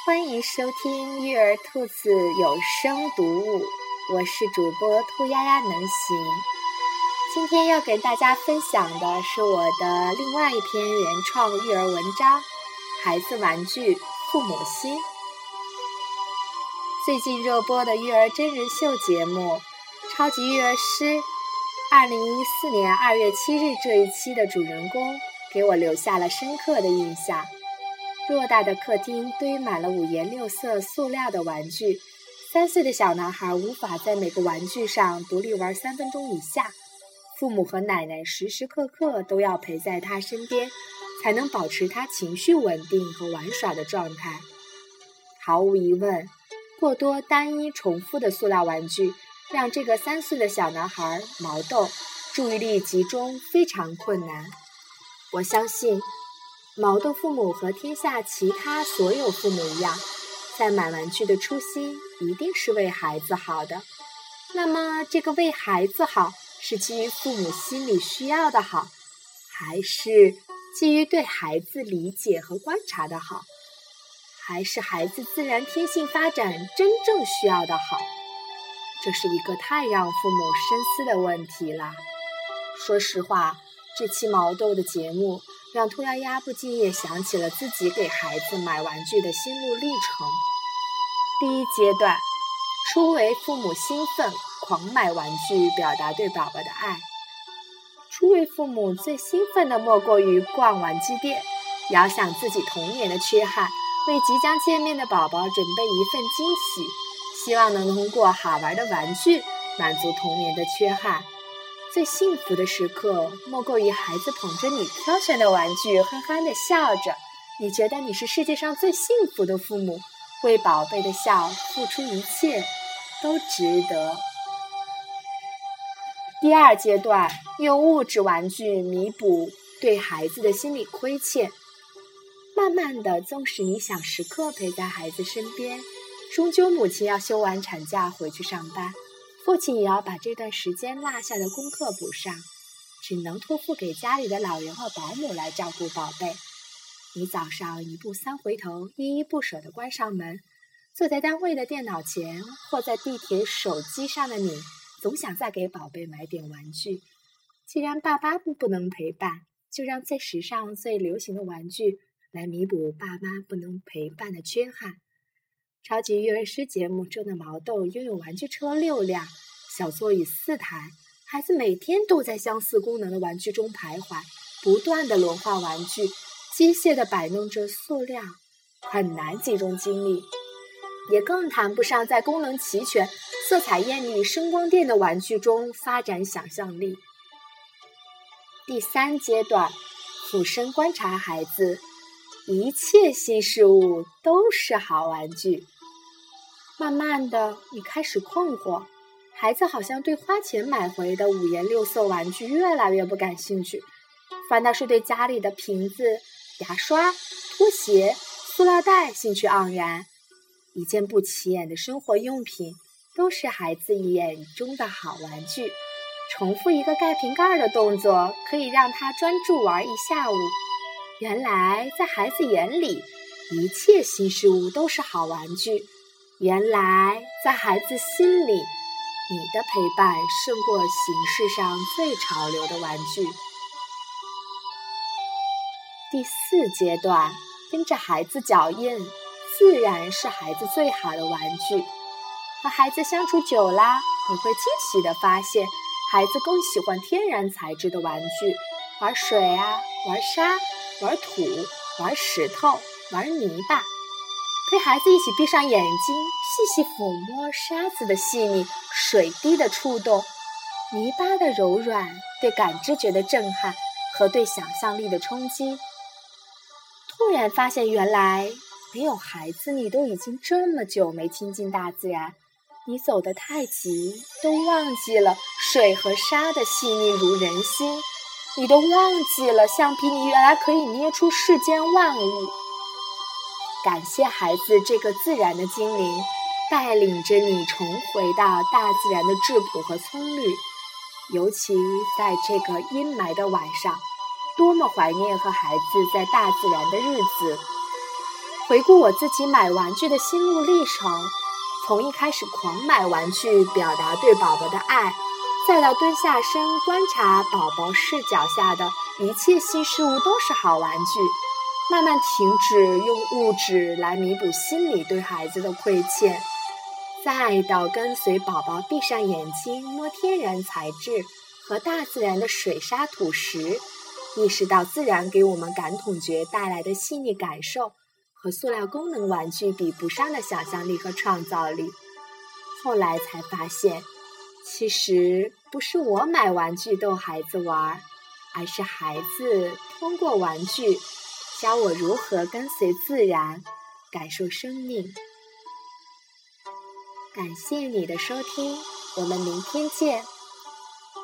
欢迎收听育儿兔子有声读物，我是主播兔丫丫能行。今天要给大家分享的是我的另外一篇原创育儿文章《孩子玩具父母心》。最近热播的育儿真人秀节目《超级育儿师》2014年2月7日这一期的主人公给我留下了深刻的印象。偌大的客厅堆满了五颜六色塑料的玩具，3岁的小男孩无法在每个玩具上独立玩3分钟以下，父母和奶奶时时刻刻都要陪在他身边，才能保持他情绪稳定和玩耍的状态。毫无疑问，过多单一重复的塑料玩具让这个3岁的小男孩毛豆注意力集中非常困难。我相信毛豆父母和天下其他所有父母一样，在买玩具的初心一定是为孩子好的。那么这个为孩子好是基于父母心理需要的好，还是基于对孩子理解和观察的好，还是孩子自然天性发展真正需要的好？这是一个太让父母深思的问题了。说实话，这期毛豆的节目让兔丫丫不禁也想起了自己给孩子买玩具的心路历程。第一阶段，初为父母兴奋，狂买玩具表达对宝宝的爱。初为父母最兴奋的莫过于逛玩具店，遥想自己童年的缺憾，为即将见面的宝宝准备一份惊喜，希望能通过好玩的玩具满足童年的缺憾。最幸福的时刻莫过于孩子捧着你挑选的玩具憨憨地笑着，你觉得你是世界上最幸福的父母，为宝贝的笑付出一切都值得。第二阶段，用物质玩具弥补对孩子的心理亏欠。慢慢的，纵使你想时刻陪在孩子身边，终究母亲要休完产假回去上班，父亲也要把这段时间落下的功课补上，只能托付给家里的老人和保姆来照顾宝贝。你早上一步3回头，依依不舍地关上门，坐在单位的电脑前或在地铁手机上的你，总想再给宝贝买点玩具。既然爸妈不能陪伴，就让最时尚最流行的玩具来弥补爸妈不能陪伴的缺憾。超级育儿师节目中的毛豆拥有玩具车6辆，小座椅4台，孩子每天都在相似功能的玩具中徘徊，不断的轮换玩具，机械地摆弄着塑料，很难集中精力，也更谈不上在功能齐全、色彩艳丽、声光电的玩具中发展想象力。第3阶段，俯身观察孩子，一切新事物都是好玩具。慢慢的，你开始困惑，孩子好像对花钱买回的五颜六色玩具越来越不感兴趣，反倒是对家里的瓶子、牙刷、拖鞋、塑料袋兴趣盎然。一件不起眼的生活用品都是孩子眼中的好玩具，重复一个盖瓶盖的动作可以让他专注玩一下午。原来在孩子眼里，一切新事物都是好玩具。原来在孩子心里，你的陪伴胜过形式上最潮流的玩具。第4阶段，跟着孩子脚印，自然是孩子最好的玩具。和孩子相处久啦，你会惊喜地发现，孩子更喜欢天然材质的玩具，玩水啊，玩沙，玩土，玩石头，玩泥巴。陪孩子一起闭上眼睛，细细抚摸沙子的细腻，水滴的触动，泥巴的柔软，对感知觉的震撼和对想象力的冲击。突然发现，原来没有孩子，你都已经这么久没亲近大自然，你走得太急，都忘记了水和沙的细腻如人心，你都忘记了橡皮泥原来可以捏出世间万物。感谢孩子这个自然的精灵，带领着你重回到大自然的质朴和葱绿。尤其在这个阴霾的晚上，多么怀念和孩子在大自然的日子。 回顾我自己买玩具的心路历程，从一开始狂买玩具表达对宝宝的爱，再到蹲下身观察宝宝视角下的一切新事物都是好玩具，慢慢停止用物质来弥补心里对孩子的亏欠，再到跟随宝宝闭上眼睛摸天然材质和大自然的水沙土石，意识到自然给我们感统觉带来的细腻感受和塑料功能玩具比不上的想象力和创造力。后来才发现，其实不是我买玩具逗孩子玩，而是孩子通过玩具教我如何跟随自然，感受生命。感谢你的收听，我们明天见。